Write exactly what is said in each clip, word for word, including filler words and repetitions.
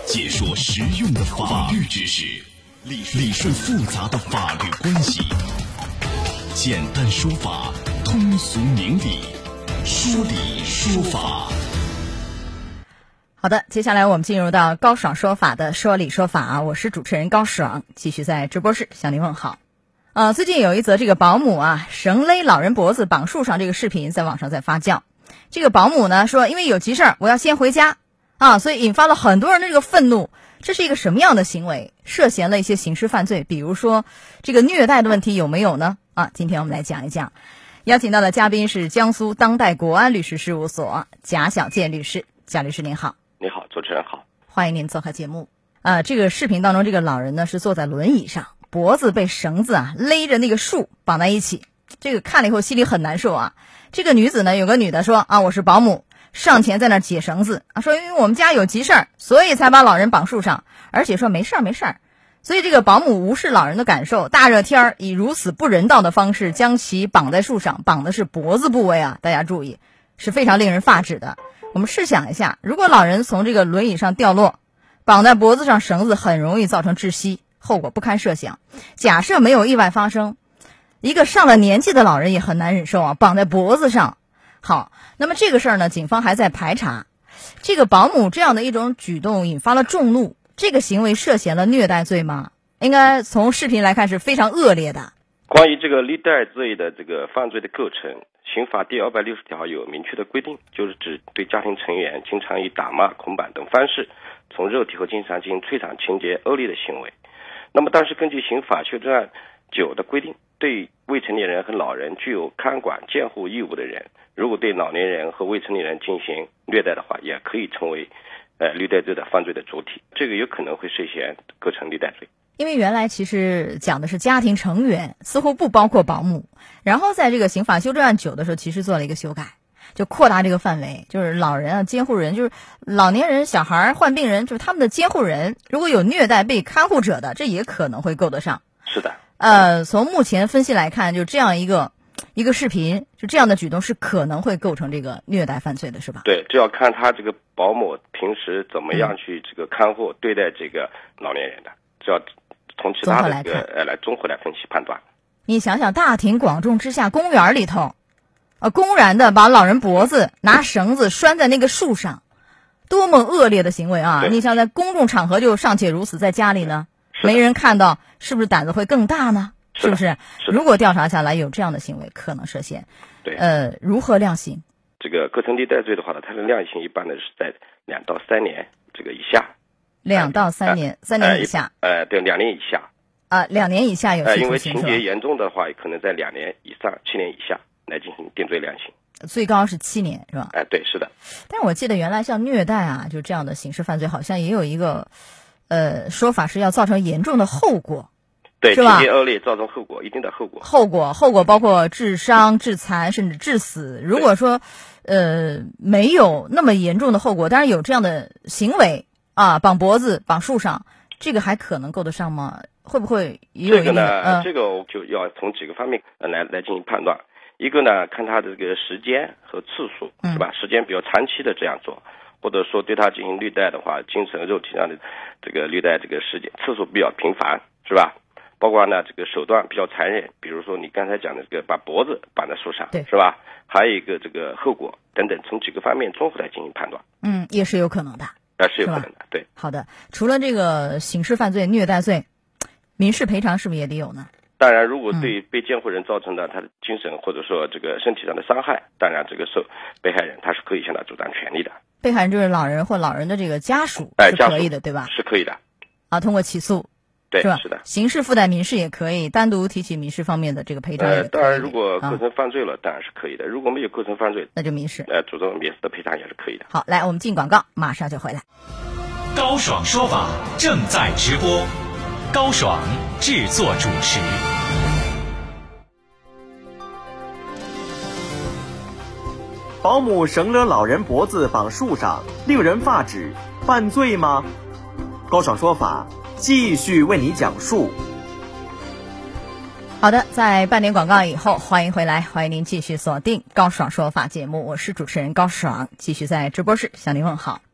解说实用的法律知识，理理顺复杂的法律关系，简单说法，通俗明理，说理说法。 好的，接下来我们进入到高爽说法的说理说法，我是主持人高爽，继续在直播室向您问好。呃，最近有一则这个保姆啊绳勒老人脖子绑树上这个视频在网上在发酵。这个保姆呢说，因为有急事儿，我要先回家啊，所以引发了很多人的这个愤怒。这是一个什么样的行为？涉嫌了一些刑事犯罪，比如说这个虐待的问题有没有呢？啊，今天我们来讲一讲。邀请到的嘉宾是江苏当代国安律师事务所贾小健律师。贾律师您好。 你好，主持人好， 欢迎您做客节目。啊，这个视频当中，这个老人呢是坐在轮椅上，脖子被绳子啊勒着那个树绑在一起，这个看了以后心里很难受啊。这个女子呢，有个女的说啊，我是保姆，上前在那解绳子啊，说因为我们家有急事儿，所以才把老人绑树上，而且说没事儿没事儿。所以这个保姆无视老人的感受，大热天儿以如此不人道的方式将其绑在树上，绑的是脖子部位啊，大家注意，是非常令人发指的。我们试想一下，如果老人从这个轮椅上掉落，绑在脖子上，绳子很容易造成窒息，后果不堪设想。假设没有意外发生，一个上了年纪的老人也很难忍受啊，绑在脖子上。好，那么这个事儿呢，警方还在排查。这个保姆这样的一种举动引发了众怒，这个行为涉嫌了虐待罪吗？应该从视频来看是非常恶劣的。 关于这个虐待罪的这个犯罪的构成，刑法第二百六十条有明确的规定，就是指对家庭成员经常以打骂、捆绑等方式从肉体和精神上进行摧残情节恶劣的行为。那么但是根据刑法修正案九的规定，对未成年人和老人具有看管监护义务的人，如果对老年人和未成年人进行虐待的话，也可以成为呃虐待罪的犯罪的主体，这个有可能会涉嫌构成虐待罪。 因为原来其实讲的是家庭成员，似乎不包括保姆，然后在这个刑法修正案九的时候其实做了一个修改，就扩大这个范围，就是老人啊监护人，就是老年人、小孩、患病人，就是他们的监护人，如果有虐待被看护者的，这也可能会够得上。 是的。 呃，从目前分析来看，就这样一个一个视频，就这样的举动是可能会构成这个虐待犯罪的，是吧？ 对，这要看他这个保姆平时怎么样去这个看护、嗯、对待这个老年人的，这要从其他的这个呃来综合来分析判断。 你想想，大庭广众之下，公园里头，呃，公然的把老人脖子拿绳子拴在那个树上，多么恶劣的行为啊！你想在公众场合就尚且如此，在家里呢，没人看到，是不是胆子会更大呢？是不是？ 是如果调查下来有这样的行为，可能涉嫌。 对。 呃，如何量刑？ 这个构成虐待罪的话呢，它的量刑一般呢是在两到三年这个以下。 两到三年，呃、三年以下。 呃，对，两年以下。 啊、呃，两年以下有期徒刑。 呃，因为情节严重的话，可能在两年以上、七年以下来进行定罪量刑。 最高是七年，是吧？ 哎、呃，对，是的。 但是我记得原来像虐待啊，就这样的刑事犯罪，好像也有一个呃说法是要造成严重的后果。 对， 是吧？ 情节恶劣，造成后果，一定的后果。 后果，后果包括致伤、致残，甚至致死。如果说，呃，没有那么严重的后果，当然有这样的行为啊，绑脖子、绑树上，这个还可能够得上吗？会不会也有一这个呢？ 呃、 这个就要从几个方面来来进行判断。一个呢，看他的这个时间和次数，是吧？时间比较长期的这样做，或者说对他进行虐待的话，精神、肉体上的这个虐待，这个时间次数比较频繁，是吧？包括呢，这个手段比较残忍，比如说你刚才讲的这个把脖子绑在树上， 对， 是吧？还有一个这个后果等等，从几个方面综合来进行判断。 嗯，也是有可能的。 啊，是有可能的，对。 好的，除了这个刑事犯罪、虐待罪，民事赔偿是不是也得有呢？ 当然，如果对被监护人造成的他的精神或者说这个身体上的伤害，当然这个受被害人他是可以向他主张权利的。 被害人就是老人或老人的这个家属是可以的，对吧？ 是可以的。 啊，通过起诉。 对， 是吧？ 是的， 刑事附带民事也可以，单独提起民事方面的这个赔偿也可以。 呃，当然，如果构成犯罪了，啊、当然是可以的；如果没有构成犯罪， 那就民事。 呃，主张民事的赔偿也是可以的。 好，来，我们进广告，马上就回来。 高爽说法正在直播，高爽制作主持。 保姆绳勒老人脖子绑树上，令人发指，犯罪吗？高爽说法继续为你讲述。 好的，在半点广告以后，欢迎回来，欢迎您继续锁定高爽说法节目，我是主持人高爽，继续在直播室向您问好。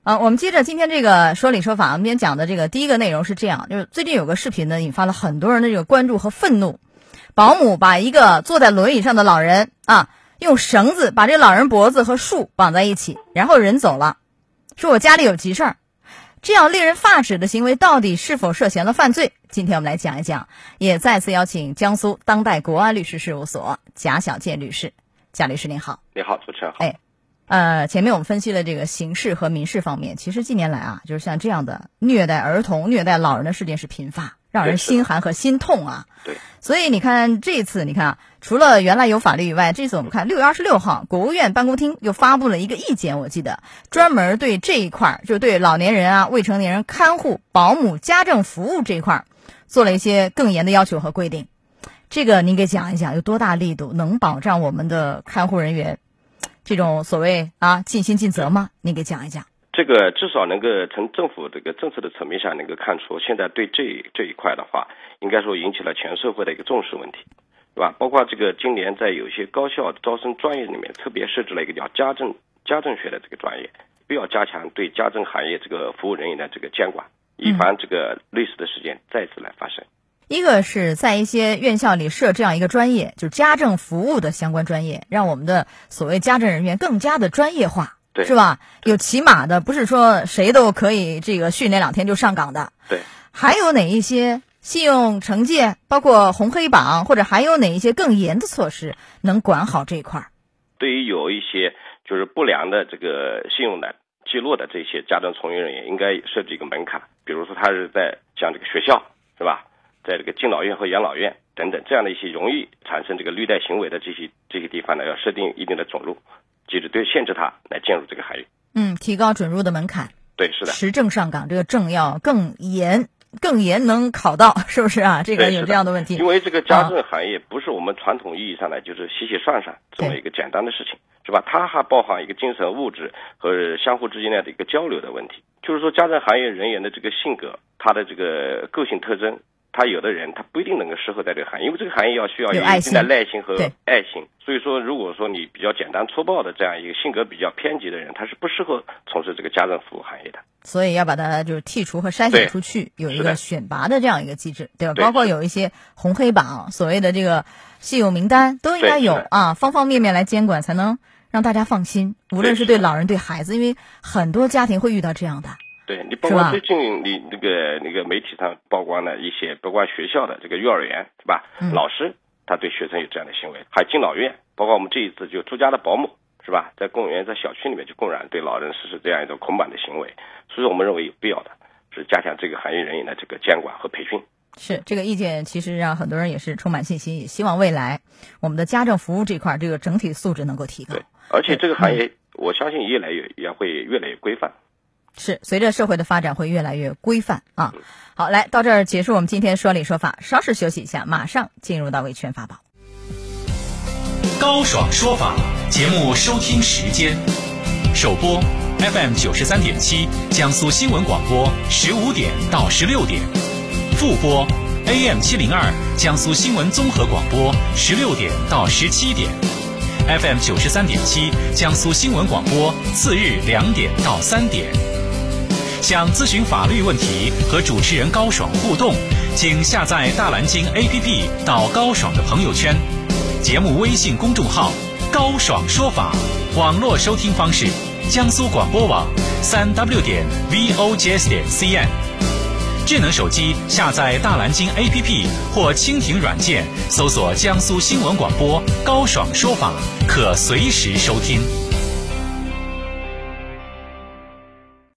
啊，我们接着今天这个说理说法，我们今天讲的这个第一个内容是这样，就是最近有个视频呢，引发了很多人的这个关注和愤怒。保姆把一个坐在轮椅上的老人啊，用绳子把这老人脖子和树绑在一起，然后人走了，说我家里有急事儿。这样令人发指的行为到底是否涉嫌了犯罪？今天我们来讲一讲，也再次邀请江苏当代国安律师事务所贾小健律师。贾律师您好。 你好，主持人好。 哎，呃，前面我们分析了这个刑事和民事方面，其实近年来啊，就是像这样的虐待儿童、虐待老人的事件是频发，让人心寒和心痛啊。 对。 所以你看这次，你看啊，除了原来有法律以外，这次我们看六月二十六号，国务院办公厅又发布了一个意见，我记得专门对这一块，就对老年人啊、未成年人看护、保姆、家政服务这一块，做了一些更严的要求和规定。这个您给讲一讲，有多大力度，能保障我们的看护人员这种所谓啊尽心尽责吗？您给讲一讲。 这个至少能够从政府这个政策的层面上能够看出，现在对这这一块的话，应该说引起了全社会的一个重视问题，对吧？包括这个今年在有些高校招生专业里面特别设置了一个叫家政家政学的这个专业，必要加强对家政行业这个服务人员的这个监管，以防这个类似的事件再次来发生。 一个是在一些院校里设这样一个专业，就是家政服务的相关专业，让我们的所谓家政人员更加的专业化，是吧？有起码的，不是说谁都可以这个训练两天就上岗的。 对。 还有哪一些信用惩戒，包括红黑榜，或者还有哪一些更严的措施能管好这一块？ 对于有一些就是不良的这个信用的记录的这些家政从业人员，应该设置一个门槛，比如说他是在像这个学校，是吧？在这个敬老院和养老院等等这样的一些容易产生这个虐待行为的这些这些地方呢，要设定一定的准入机制，对限制他来进入这个行业。嗯， 提高准入的门槛。 对，是的。 持证上岗，这个证要更严，更严能考到，是不是啊？这个有这样的问题。 因为这个家政行业不是我们传统意义上的就是洗洗涮涮这么一个简单的事情，是吧？它还包含一个精神、物质和相互之间的一个交流的问题。就是说，家政行业人员的这个性格，他的这个个性特征。他有的人他不一定能够适合在这个行业，因为这个行业要需要有一定的耐心和爱心，所以说如果说你比较简单粗暴的这样一个性格比较偏激的人，他是不适合从事这个家政服务行业的。 所以要把它就是剔除和筛选出去，有一个选拔的这样一个机制，对吧？对，包括有一些红黑榜，所谓的这个信用名单都应该有啊，方方面面来监管，才能让大家放心，无论是对老人对孩子，因为很多家庭会遇到这样的。 对，你包括最近你那个那个媒体上曝光的一些，包括学校的这个幼儿园，是吧？嗯、老师他对学生有这样的行为，还有敬老院，包括我们这一次就住家的保姆，是吧？在公园在小区里面就公然对老人实施这样一种捆绑的行为，所以我们认为有必要的是加强这个行业人员的这个监管和培训。 是这个意见，其实让很多人也是充满信心，也希望未来我们的家政服务这块这个整体素质能够提高。 对，而且这个行业、嗯、我相信越来越也会越来越规范。 是，随着社会的发展会越来越规范啊。好，来到这儿结束我们今天说理说法，稍事休息一下，马上进入到维权法宝。 高爽说法节目收听时间：首播 F M 九十三点七，江苏新闻广播十五点到十六点；复播 A M 七零二，江苏新闻综合广播十六点到十七点。F M 九十三点七，江苏新闻广播次日两点到三点。想咨询法律问题和主持人高爽互动，请下载大蓝鲸 A P P 到高爽的朋友圈，节目微信公众号高爽说法，网络收听方式江苏广播网三 w 点 v o g s 点 c n， 智能手机下载大蓝鲸 A P P 或蜻蜓软件，搜索江苏新闻广播高爽说法，可随时收听。